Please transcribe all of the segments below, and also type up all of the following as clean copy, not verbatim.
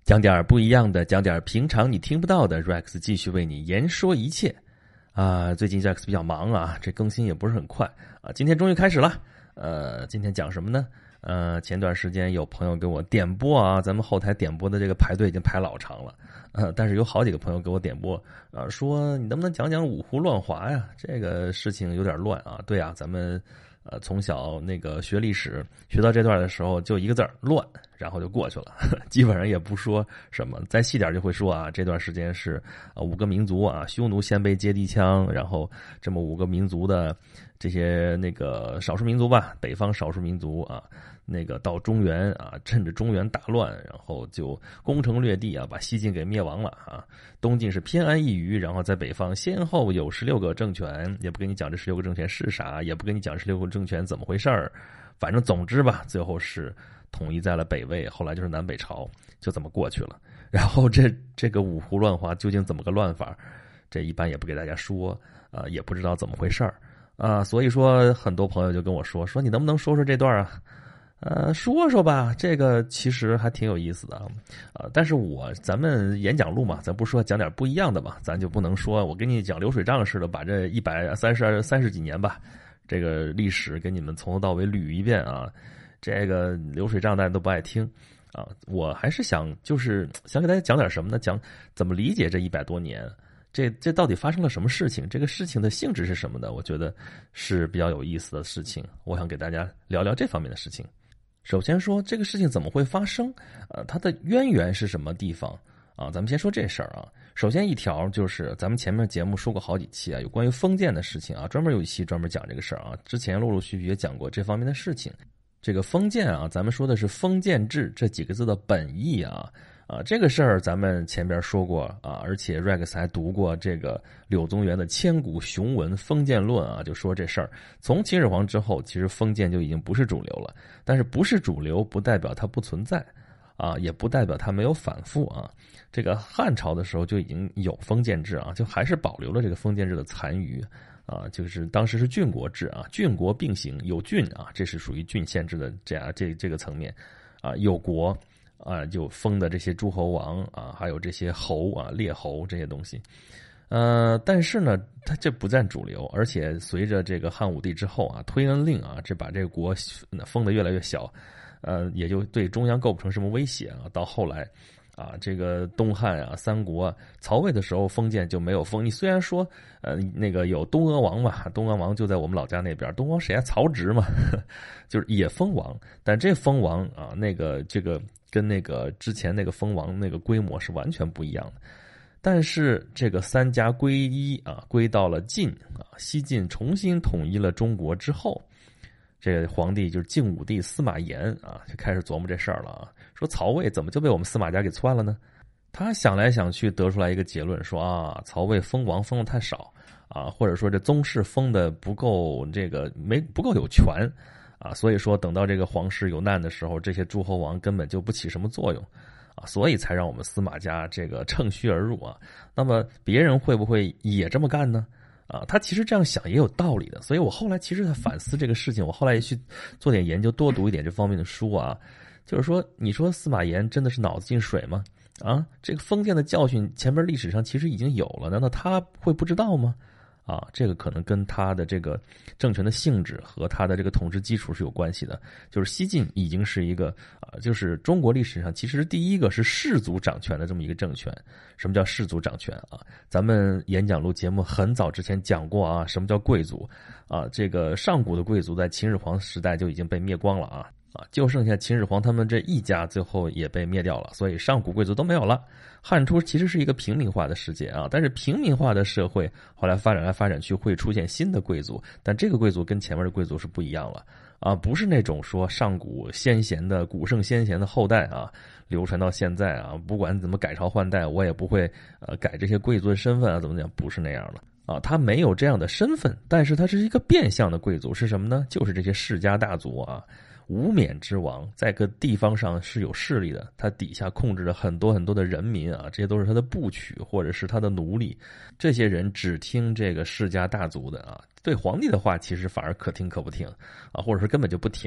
讲点不一样的，讲点平常你听不到的 Rex 继续为你言说一切最近 Rex 比较忙啊，这更新也不是很快啊。今天终于开始了，今天讲什么呢？前段时间有朋友给我点播啊，咱们后台点播的这个排队已经排老长了，但是有好几个朋友给我点播说你能不能讲讲五胡乱华呀？这个事情有点乱啊。对啊，咱们从小那个学历史学到这段的时候就一个字儿乱，然后就过去了，基本上也不说什么。再细点就会说啊，这段时间是5个民族啊，匈奴、鲜卑、接地羌，然后这么5个民族的这些那个少数民族吧，北方少数民族啊，那个到中原啊，趁着中原大乱，然后就攻城略地啊，把西晋给灭亡了啊。东晋是偏安一隅，然后在北方先后有16个政权，也不跟你讲这16个政权是啥，也不跟你讲16个政权怎么回事儿，反正总之吧，最后是统一在了北魏，后来就是南北朝，就这么过去了。然后这个五胡乱华究竟怎么个乱法，这一般也不给大家说也不知道怎么回事儿所以说很多朋友就跟我说你能不能说说这段说说吧，这个其实还挺有意思的但是咱们演讲录嘛，咱不是说讲点不一样的嘛，咱就不能说我跟你讲流水账似的，把这130几年吧，这个历史给你们从头到尾捋一遍啊。这个流水账大家都不爱听我还是想给大家讲点什么呢？讲怎么理解这100多年，这到底发生了什么事情？这个事情的性质是什么的？我觉得是比较有意思的事情，我想给大家聊聊这方面的事情。首先说这个事情怎么会发生它的渊源是什么地方咱们先说这事儿首先一条就是咱们前面节目说过好几期有关于封建的事情专门有一期专门讲这个事儿之前陆陆续续也讲过这方面的事情。这个封建咱们说的是封建制这几个字的本意这个事儿咱们前边说过而且 Rex 还读过这个柳宗元的千古雄文《封建论》就说这事儿从秦始皇之后，其实封建就已经不是主流了，但是不是主流不代表它不存在也不代表它没有反复这个汉朝的时候就已经有封建制就还是保留了这个封建制的残余就是当时是郡国制郡国并行，有郡这是属于郡县制的这个层面有国就封的这些诸侯王还有这些侯列侯这些东西但是呢它这不占主流，而且随着这个汉武帝之后推恩令这把这个国封得越来越小也就对中央构不成什么威胁到后来这个东汉三国曹魏的时候封建就没有封。你虽然说那个有东阿王嘛，东阿王就在我们老家那边，东阿谁曹植嘛就是也封王，但这封王那个这个跟那个之前那个封王那个规模是完全不一样的。但是这个3家归一归到了晋西晋重新统一了中国之后，这个皇帝就是晋武帝司马炎就开始琢磨这事儿了说曹魏怎么就被我们司马家给篡了呢？他想来想去得出来一个结论，说曹魏封王封的太少或者说这宗室封的不够不够有权所以说等到这个皇室有难的时候，这些诸侯王根本就不起什么作用所以才让我们司马家这个趁虚而入那么别人会不会也这么干呢？他其实这样想也有道理的，所以我后来其实在反思这个事情，我后来也去做点研究，多读一点这方面的书就是说你说司马炎真的是脑子进水吗？这个封建的教训前面历史上其实已经有了，难道他会不知道吗？这个可能跟他的这个政权的性质和他的这个统治基础是有关系的。就是西晋已经是一个就是中国历史上其实第一个是氏族掌权的这么一个政权。什么叫氏族掌权咱们演讲录节目很早之前讲过什么叫贵族这个上古的贵族在秦始皇时代就已经被灭光了就剩下秦始皇他们这一家最后也被灭掉了，所以上古贵族都没有了。汉初其实是一个平民化的世界但是平民化的社会后来发展来发展去会出现新的贵族，但这个贵族跟前面的贵族是不一样了不是那种说上古先贤的古圣先贤的后代流传到现在不管怎么改朝换代我也不会改这些贵族的身份怎么讲，不是那样的他没有这样的身份，但是他是一个变相的贵族，是什么呢？就是这些世家大族无冕之王，在个地方上是有势力的，他底下控制着很多很多的人民这些都是他的部曲或者是他的奴隶，这些人只听这个世家大族的对皇帝的话其实反而可听可不听或者是根本就不听。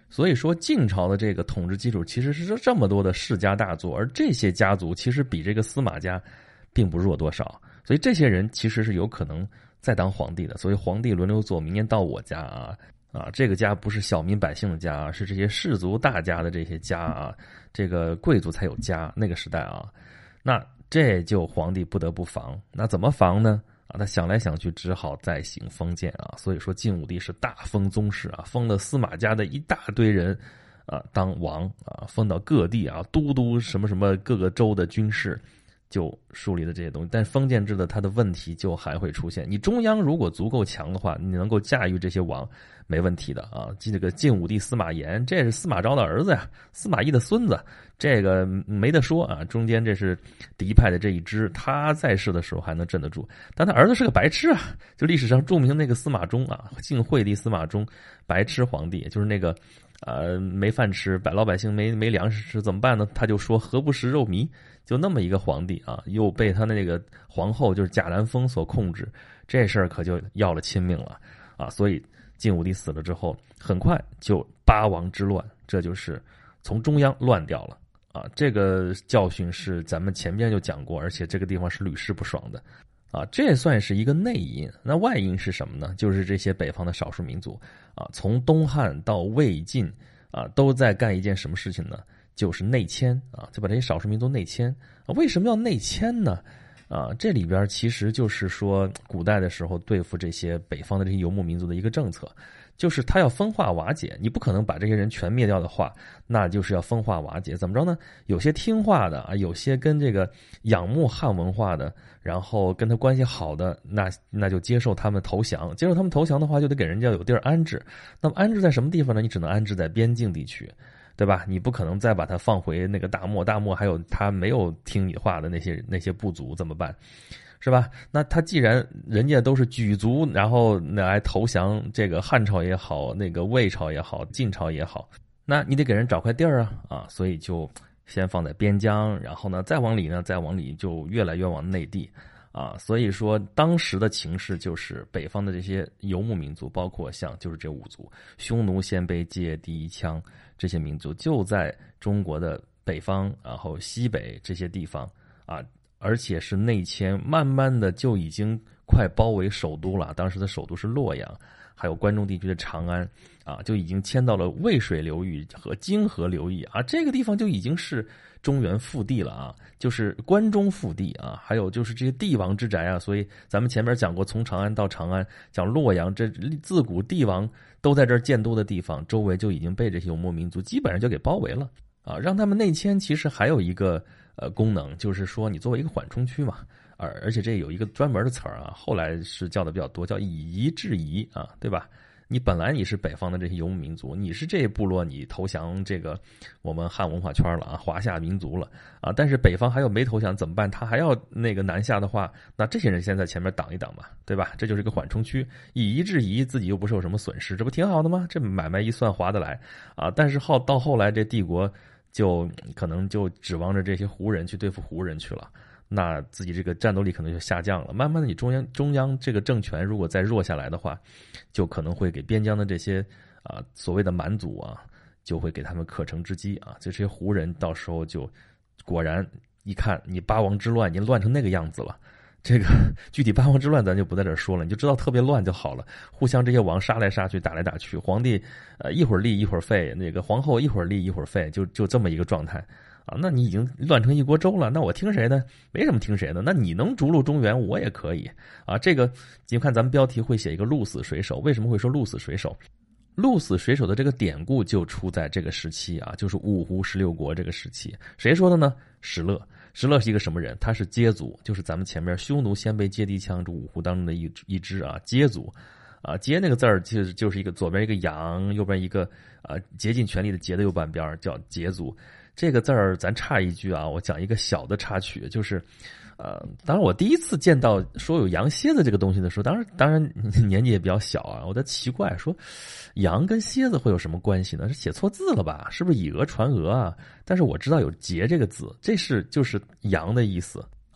所以说晋朝的这个统治基础其实是这么多的世家大族，而这些家族其实比这个司马家并不弱多少，所以这些人其实是有可能再当皇帝的。所以皇帝轮流坐，明年到我家这个家不是小民百姓的家是这些士族大家的这些家这个贵族才有家，那个时代那这就皇帝不得不防。那怎么防呢？他想来想去，只好再行封建所以说晋武帝是大封宗室封了司马家的一大堆人当王封到各地都督什么什么各个州的军事，就树立了这些东西。但封建制的它的问题就还会出现，你中央如果足够强的话，你能够驾驭这些王没问题的这个晋武帝司马炎，这是司马昭的儿子呀，司马懿的孙子，这个没得说中间这是敌派的这一支，他在世的时候还能镇得住，但他儿子是个白痴就历史上著名那个司马衷晋惠帝司马衷，白痴皇帝，就是那个没饭吃，老百姓没粮食吃怎么办呢？他就说何不食肉糜，就那么一个皇帝又被他那个皇后就是贾兰峰所控制，这事儿可就要了亲命了所以晋武帝死了之后，很快就八王之乱，这就是从中央乱掉了这个教训是咱们前边就讲过，而且这个地方是屡试不爽的这算是一个内因。那外因是什么呢？就是这些北方的少数民族从东汉到魏晋都在干一件什么事情呢？就是内迁就把这些少数民族内迁为什么要内迁呢？这里边其实就是说古代的时候对付这些北方的这些游牧民族的一个政策，就是他要分化瓦解，你不可能把这些人全灭掉的话，那就是要分化瓦解。怎么着呢？有些听话的有些跟这个仰慕汉文化的，然后跟他关系好的，那就接受他们投降。接受他们投降的话，就得给人家有地儿安置。那么安置在什么地方呢？你只能安置在边境地区，对吧？你不可能再把他放回那个大漠还有他没有听你话的那些部族怎么办？是吧？那他既然人家都是举族，然后来投降这个汉朝也好，那个魏朝也好，晋朝也好，那你得给人找块地儿所以就先放在边疆，然后呢再往里就越来越往内地所以说当时的情势就是北方的这些游牧民族，包括像就是这五族匈奴、鲜卑、羯、氐、羌这些民族，就在中国的北方，然后西北这些地方而且是内迁，慢慢的就已经快包围首都了。当时的首都是洛阳，还有关中地区的长安就已经迁到了渭水流域和泾河流域这个地方就已经是中原腹地了就是关中腹地还有就是这些帝王之宅所以咱们前面讲过，从长安到长安，讲洛阳，这自古帝王都在这儿建都的地方，周围就已经被这些游牧民族基本上就给包围了让他们内迁。其实还有一个功能，就是说你作为一个缓冲区嘛，而且这有一个专门的词儿后来是叫的比较多，叫以夷制夷对吧？你本来你是北方的这些游牧民族，你是这部落，你投降这个我们汉文化圈了华夏民族了但是北方还有没投降怎么办？他还要那个南下的话，那这些人先在前面挡一挡嘛，对吧？这就是一个缓冲区，以夷制夷，自己又不受什么损失，这不挺好的吗？这买卖一算划得来但是到后来这帝国就可能就指望着这些胡人去对付胡人去了，那自己这个战斗力可能就下降了。慢慢的你中央这个政权如果再弱下来的话，就可能会给边疆的这些所谓的蛮族就会给他们可乘之机就这些胡人到时候就果然一看你八王之乱已经乱成那个样子了，这个具体八王之乱咱就不在这儿说了，你就知道特别乱就好了。互相这些王杀来杀去，打来打去，皇帝一会儿立一会儿废，那个皇后一会儿立一会儿废，就这么一个状态那你已经乱成一锅粥了，那我听谁的？没什么听谁的。那你能逐鹿中原，我也可以这个你看咱们标题会写一个鹿死水手，为什么会说鹿死水手？鹿死水手的这个典故就出在这个时期就是五胡16国这个时期。谁说的呢？石勒。石勒是一个什么人？他是羯族，就是咱们前面匈奴、鲜卑、羯、氐、羌这五胡当中的一支羯族羯那个字儿就是一个左边一个羊，右边一个竭尽全力的竭的右半边叫羯族。这个字儿咱插一句我讲一个小的插曲，就是当然我第一次见到说有羊蝎子这个东西的时候，当然年纪也比较小我在奇怪说羊跟蝎子会有什么关系呢？是写错字了吧？是不是以讹传讹但是我知道有羯这个字，这就是羊的意思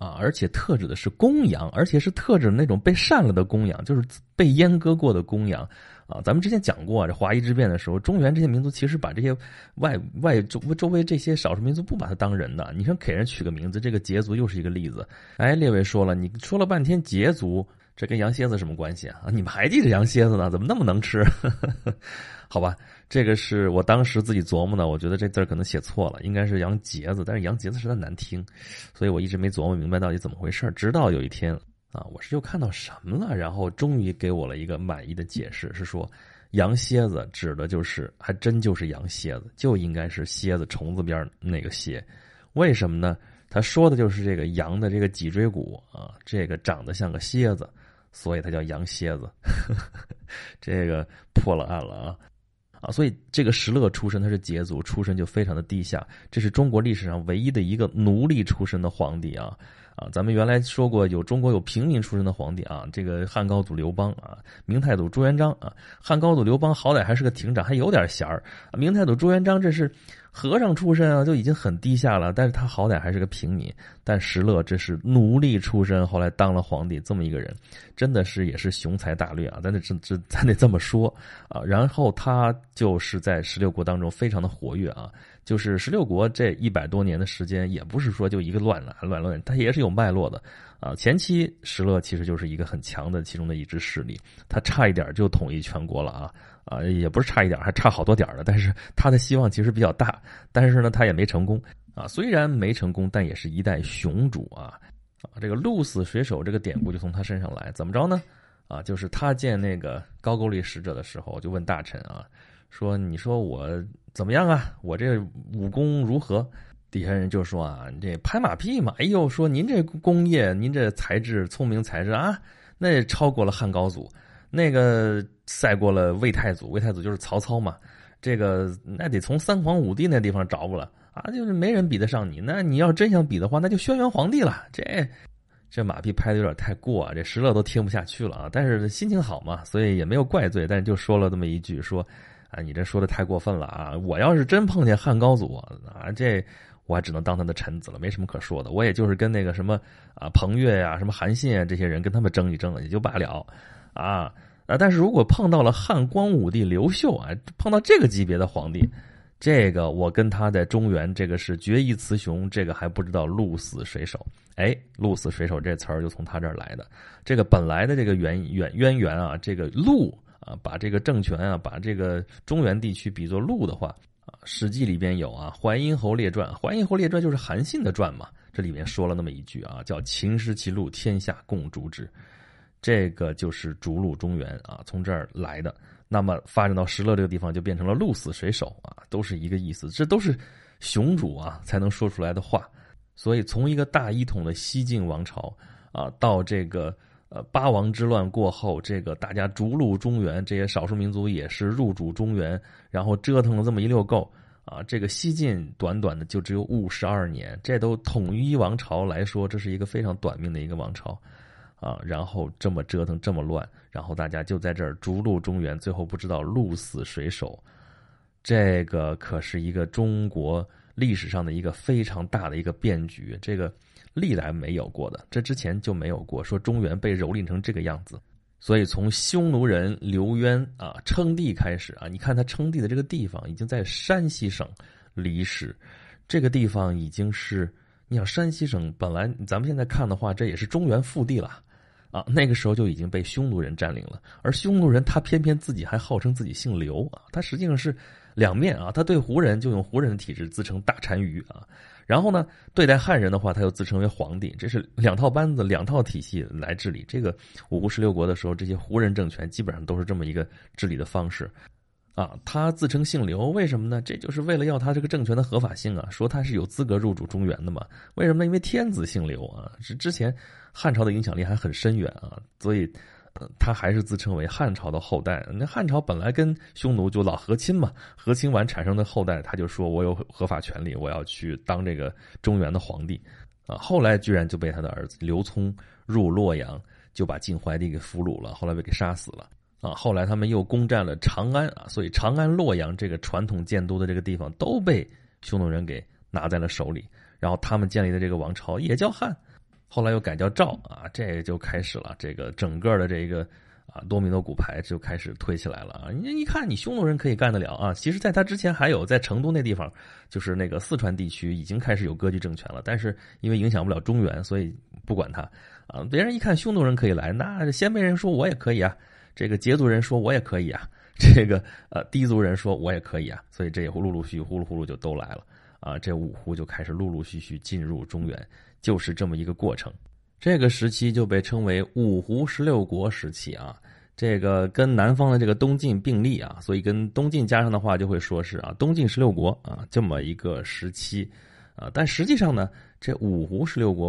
啊，而且特指的是公羊，而且是特指那种被赡了的公羊，就是被阉割过的公羊啊。咱们之前讲过这华夷之辩的时候，中原这些民族其实把这些周围这些少数民族不把它当人的。你说给人取个名字，这个羯族又是一个例子。哎，列位说了，你说了半天羯族，这跟羊蝎子什么关系啊？你们还记着羊蝎子呢？怎么那么能吃？好吧，这个是我当时自己琢磨的，我觉得这字可能写错了，应该是羊节子，但是羊节子实在难听，所以我一直没琢磨明白到底怎么回事。直到有一天啊，我是又看到什么了，然后终于给我了一个满意的解释，是说羊蝎子指的就是还真就是羊蝎子，就应该是蝎子虫子边那个蝎。为什么呢？他说的就是这个羊的这个脊椎骨啊，这个长得像个蝎子，所以它叫羊蝎子。这个破了案了啊！所以这个石勒出身，他是羯族出身，就非常的低下。这是中国历史上唯一的一个奴隶出身的皇帝啊！咱们原来说过，中国有平民出身的皇帝啊，这个汉高祖刘邦啊，明太祖朱元璋啊。汉高祖刘邦好歹还是个亭长，还有点衔儿。明太祖朱元璋这是和尚出身啊，就已经很低下了，但是他好歹还是个平民。但石勒这是奴隶出身，后来当了皇帝，这么一个人，真的是也是雄才大略啊！咱得这么说啊。然后他就是在16国当中非常的活跃啊，就是16国这100多年的时间，也不是说就一个乱，它也是有脉络的啊。前期石勒其实就是一个很强的其中的一支势力，他差一点就统一全国了啊，也不是差一点，还差好多点的，但是他的希望其实比较大，但是呢他也没成功啊。虽然没成功，但也是一代雄主啊。这个鹿死水手这个典故就从他身上来，怎么着呢？啊，就是他见那个高句丽使者的时候，就问大臣啊，说你说我怎么样啊？我这武功如何？底下人就说啊，你这拍马屁嘛！哎呦，说您这功业，您这才智、聪明才智啊，那也超过了汉高祖，那个赛过了魏太祖，魏太祖就是曹操嘛。这个那得从三皇五帝那地方找不了啊，就是没人比得上你。那你要真想比的话，那就轩辕皇帝了。这马屁拍的有点太过啊，这石勒都听不下去了啊。但是心情好嘛，所以也没有怪罪，但是就说了这么一句，说啊，你这说的太过分了啊！我要是真碰见汉高祖啊，我还只能当他的臣子了，没什么可说的。我也就是跟那个什么啊彭越呀、什么韩信啊这些人跟他们争一争也就罢了啊。但是如果碰到了汉光武帝刘秀啊，碰到这个级别的皇帝，这个我跟他在中原这个是决一雌雄，这个还不知道鹿死谁手。哎，鹿死谁手这词儿就从他这儿来的。这个本来的这个渊源啊，这个鹿啊，把这个政权啊，把这个中原地区比作鹿的话啊，《史记》里边有啊《淮阴侯列传》，《淮阴侯列传》就是韩信的传嘛。这里面说了那么一句啊，叫秦失其鹿，天下共逐之。这个就是逐鹿中原啊，从这儿来的。那么发展到石勒这个地方，就变成了鹿死谁手啊，都是一个意思。这都是雄主啊才能说出来的话。所以从一个大一统的西晋王朝啊，到这个八王之乱过后，这个大家逐鹿中原，这些少数民族也是入主中原，然后折腾了这么一溜够啊。这个西晋短短的就只有52年，这都统一王朝来说，这是一个非常短命的一个王朝。啊，然后这么折腾，这么乱，然后大家就在这儿逐鹿中原，最后不知道鹿死谁手，这个可是一个中国历史上的一个非常大的一个变局，这个历来没有过的，这之前就没有过，说中原被蹂躏成这个样子。所以从匈奴人刘渊啊称帝开始啊，你看他称帝的这个地方已经在山西省离史，这个地方已经是，你想山西省本来咱们现在看的话，这也是中原腹地了。啊，那个时候就已经被匈奴人占领了，而匈奴人他偏偏自己还号称自己姓刘啊，他实际上是两面啊，他对胡人就用胡人的体制自称大单于啊，然后呢对待汉人的话，他又自称为皇帝，这是两套班子、两套体系来治理。这个五胡16国的时候，这些胡人政权基本上都是这么一个治理的方式。啊，他自称姓刘，为什么呢？这就是为了要他这个政权的合法性啊，说他是有资格入主中原的嘛。为什么呢？因为天子姓刘啊，是之前汉朝的影响力还很深远啊，所以他还是自称为汉朝的后代。那汉朝本来跟匈奴就老和亲嘛，和亲完产生的后代，他就说我有合法权利，我要去当这个中原的皇帝啊。后来居然就被他的儿子刘聪入洛阳，就把晋怀帝给俘虏了，后来被给杀死了。啊，后来他们又攻占了长安啊，所以长安、洛阳这个传统建都的这个地方都被匈奴人给拿在了手里，然后他们建立的这个王朝也叫汉。 后来又改叫赵啊，这就开始了，这个整个的这个多米诺骨牌就开始推起来了啊！你一看，你匈奴人可以干得了啊！其实，在他之前还有在成都那地方，就是那个四川地区已经开始有割据政权了，但是因为影响不了中原，所以不管他啊。别人一看匈奴人可以来，那鲜卑人说我也可以啊，这个羯族人说我也可以啊，这个氐族人说我也可以啊，所以这也陆陆续续呼噜呼噜就都来了啊！这五胡就开始陆陆续续进入中原，就是这么一个过程。这个时期就被称为五胡16国时期啊，这个跟南方的这个东晋并立啊，所以跟东晋加上的话就会说是东晋16国啊这么一个时期啊。但实际上呢，这五胡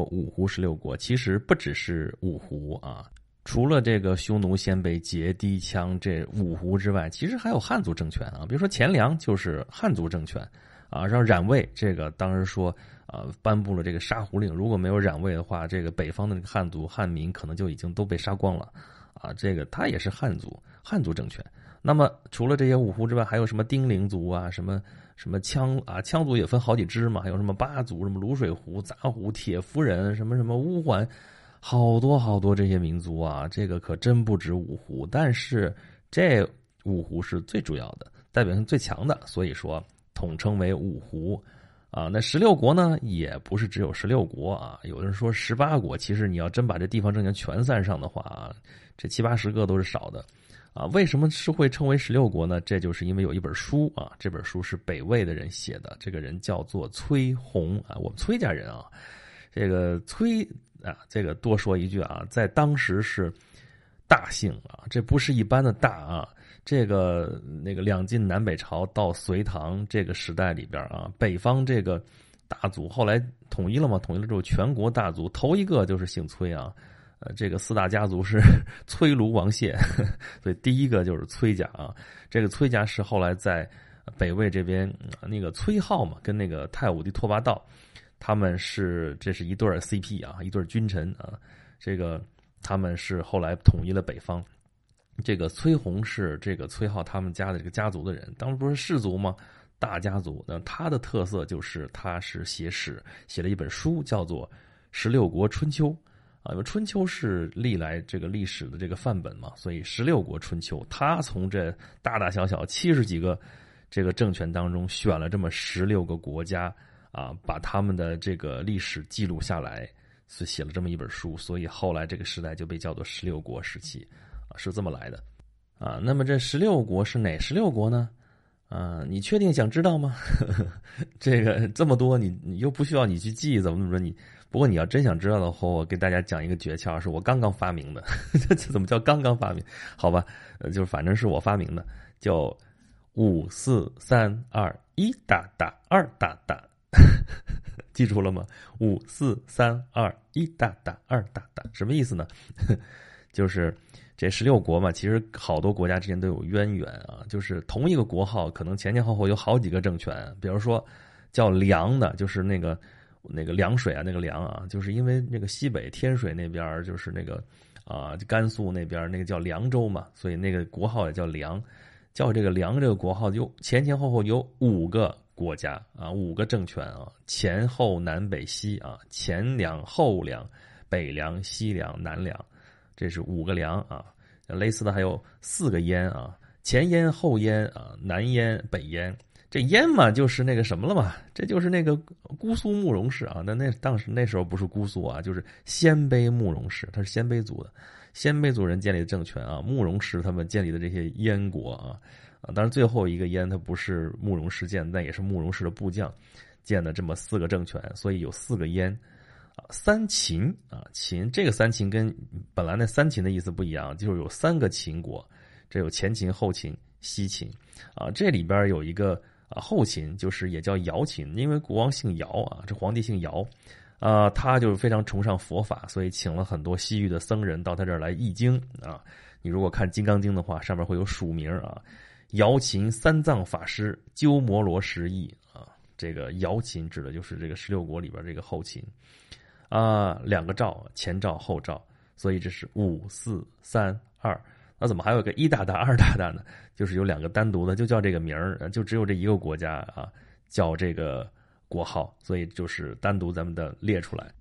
16国其实不只是五胡啊，除了这个匈奴、鲜卑、羯、氐、羌这五胡之外，其实还有汉族政权啊，比如说钱粮就是汉族政权啊，让冉魏这个当时说颁布了这个杀胡令，如果没有冉魏的话，这个北方的这个汉族汉民可能就已经都被杀光了啊。这个他也是汉族政权。那么除了这些五胡之外，还有什么丁零族啊，什么羌啊，羌族也分好几支嘛，还有什么巴族、什么卤水胡、杂胡、铁夫人、什么乌桓，好多好多这些民族啊，这个可真不止五胡。但是这五胡是最主要的，代表性最强的，所以说统称为五胡。那16国呢，也不是只有16国啊，有的人说18国，其实你要真把这地方政权全算上的话这70、80个都是少的为什么是会称为16国呢？这就是因为有一本书啊，这本书是北魏的人写的，这个人叫做崔洪我们崔家人这个崔这个多说一句在当时是大姓这不是一般的大这个那个两晋南北朝到隋唐这个时代里边北方这个大族后来统一了嘛，统一了之后全国大族头一个就是姓崔这个4大家族是崔卢王谢所以第一个就是崔家这个崔家是后来在北魏这边那个崔浩嘛，跟那个太武帝拓跋道，这是一对 CP 一对君臣这个他们是后来统一了北方。这个崔洪是这个崔浩他们家的这个家族的人，当时不是氏族吗？大家族。那他的特色就是他是写史，写了一本书叫做《16国春秋》因为春秋是历来这个历史的这个范本嘛，所以16国春秋，他从这大大小小70几个这个政权当中选了这么16个国家把他们的这个历史记录下来，所以写了这么一本书，所以后来这个时代就被叫做16国时期是这么来的那么这16国是哪16国呢？你确定想知道吗？这个这么多你又不需要你去记怎么说不过你要真想知道的话，我给大家讲一个诀窍，是我刚刚发明的这怎么叫刚刚发明？好吧就是反正是我发明的，叫5、4、3、2、1大大2大大记住了吗？5、4、3、2、1大大2大大什么意思呢？就是这16国嘛，其实好多国家之间都有渊源就是同一个国号可能前后有好几个政权，比如说叫梁的，就是那个凉水那个凉就是因为那个西北天水那边就是那个甘肃那边那个叫凉州嘛，所以那个国号也叫梁，叫这个梁这个国号就前后有5个国家5个政权前后南北西前凉后凉北凉西凉南凉，这是5个梁类似的还有4个燕前燕后燕南燕北燕。这燕嘛就是那个什么了嘛，这就是那个姑苏慕容氏当时那时候不是姑苏就是鲜卑慕容氏，他是鲜卑族的，鲜卑族人建立的政权慕容氏他们建立的这些燕国当然最后一个燕它不是慕容氏建的，但也是慕容氏的部将建的这么4个政权，所以有4个燕。3秦秦这个3秦跟本来那3秦的意思不一样，就是有3个秦国，这有前秦、后秦、西秦这里边有一个后秦，就是也叫姚秦，因为国王姓姚这皇帝姓姚他就是非常崇尚佛法，所以请了很多西域的僧人到他这儿来译经你如果看《金刚经》的话，上面会有署名姚秦三藏法师鸠摩罗什译这个姚秦指的就是这个16国里边这个后秦2个赵，前赵后赵，所以这是5、4、3、2。那怎么还有个1大大2大大呢？就是有2个单独的就叫这个名儿，就只有这一个国家叫这个国号，所以就是单独咱们的列出来。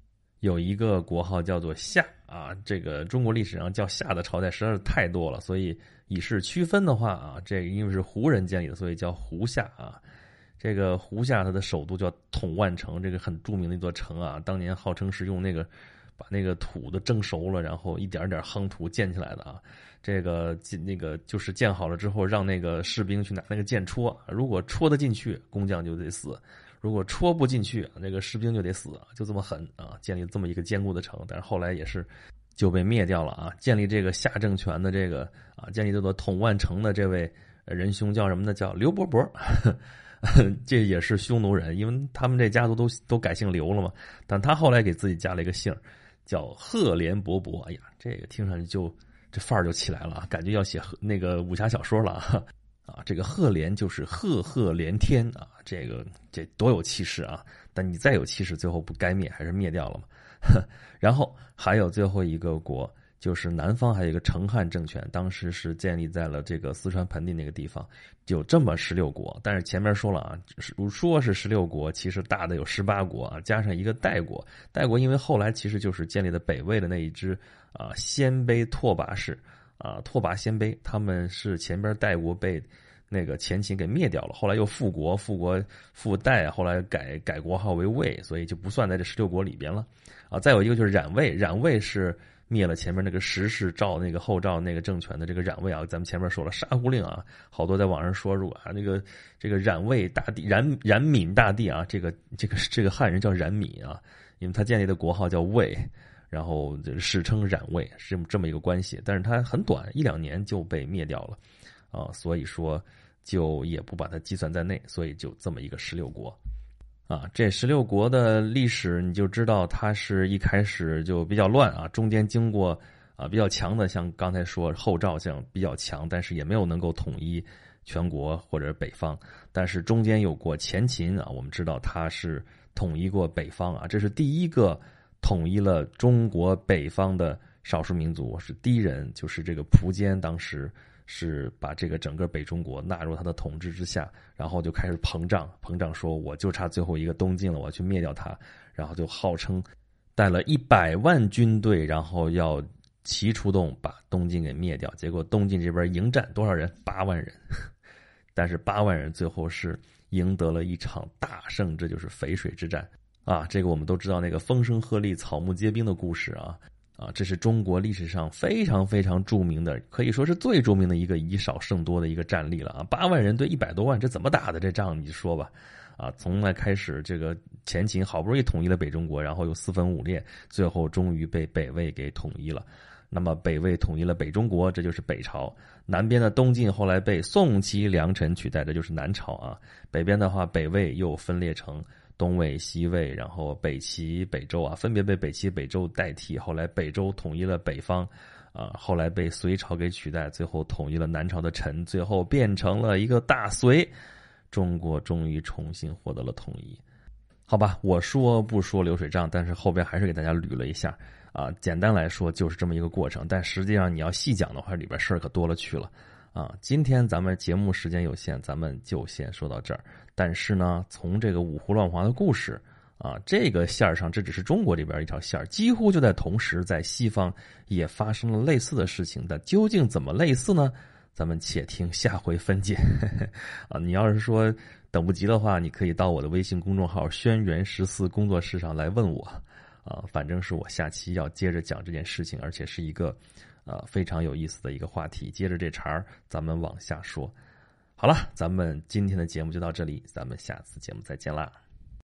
有一个国号叫做夏啊，这个中国历史上叫夏的朝代实在是太多了，所以以示区分的话啊，这个因为是胡人建立的，所以叫胡夏啊。这个胡夏它的首都叫统万城，这个很著名的一座城啊，当年号称是用那个把那个土都蒸熟了，然后一点点夯土建起来的啊。这个就是建好了之后，让那个士兵去拿那个剑戳，如果戳得进去，工匠就得死；如果戳不进去，那个士兵就得死，就这么狠啊！建立这么一个坚固的城，但是后来也是就被灭掉了啊。建立这个夏政权的这个啊，建立这座统万城的这位仁兄叫什么呢？叫刘伯伯。这也是匈奴人，因为他们这家族都改姓刘了嘛。但他后来给自己加了一个姓，叫赫连勃勃。哎呀，这个听上去这范儿就起来了啊，感觉要写那个武侠小说了啊。这个赫连就是赫赫连天啊，这多有气势啊！但你再有气势，最后不该灭还是灭掉了嘛。然后还有最后一个国。就是南方还有一个成汉政权，当时是建立在了这个四川盆地那个地方，有这么16国。但是前面说了啊，说是16国，其实大的有18国啊，加上一个代国。代国因为后来其实就是建立的北魏的那一支啊鲜卑拓跋氏啊，拓跋鲜卑，他们是前边代国被那个前秦给灭掉了，后来又复国复代，后来改国号为魏，所以就不算在这16国里边了啊。再有一个就是冉魏，冉魏是灭了前面那个石氏赵那个后赵那个政权的这个冉魏啊，咱们前面说了杀胡令啊，好多在网上说入啊，这个冉魏大帝冉闵大帝啊，这个汉人叫冉闵啊，因为他建立的国号叫魏，然后史称冉魏，是这么一个关系，但是他很短1-2年就被灭掉了啊，所以说就也不把它计算在内，所以就这么一个16国。啊，这16国的历史你就知道，它是一开始就比较乱啊，中间经过啊比较强的，像刚才说后赵这样比较强，但是也没有能够统一全国或者北方。但是中间有过前秦啊，我们知道它是统一过北方啊，这是第一个统一了中国北方的少数民族，是第一人，就是这个苻坚，当时是把这个整个北中国纳入他的统治之下，然后就开始膨胀，说我就差最后一个东晋了，我去灭掉他，然后就号称带了100万军队，然后要齐出动把东晋给灭掉。结果东晋这边迎战多少人？8万人，但是8万人最后是赢得了一场大胜，这就是淝水之战啊。这个我们都知道那个风声鹤唳草木皆兵的故事啊。这是中国历史上非常非常著名的，可以说是最著名的一个以少胜多的一个战例了啊！8万人对100多万，这怎么打的这仗？你说吧，啊，从那开始，这个前秦好不容易统一了北中国，然后又4分5裂，最后终于被北魏给统一了。那么北魏统一了北中国，这就是北朝。南边的东晋后来被宋齐梁陈取代，这就是南朝啊。北边的话，北魏又分裂成东魏、西魏，然后北齐、北周啊，分别被北齐、北周代替。后来北周统一了北方，后来被隋朝给取代，最后统一了南朝的陈，最后变成了一个大隋，中国终于重新获得了统一。好吧，我说不说流水账，但是后边还是给大家捋了一下啊。简单来说就是这么一个过程，但实际上你要细讲的话，里边事儿可多了去了。今天咱们节目时间有限，咱们就先说到这儿。但是呢，从这个五胡乱华的故事啊，这个线儿上，这只是中国这边一条线儿，几乎就在同时，在西方也发生了类似的事情。但究竟怎么类似呢？咱们且听下回分解。你要是说等不及的话，你可以到我的微信公众号轩辕14工作室上来问我反正是我下期要接着讲这件事情，而且是一个非常有意思的一个话题，接着这茬儿咱们往下说。好了，咱们今天的节目就到这里，咱们下次节目再见啦。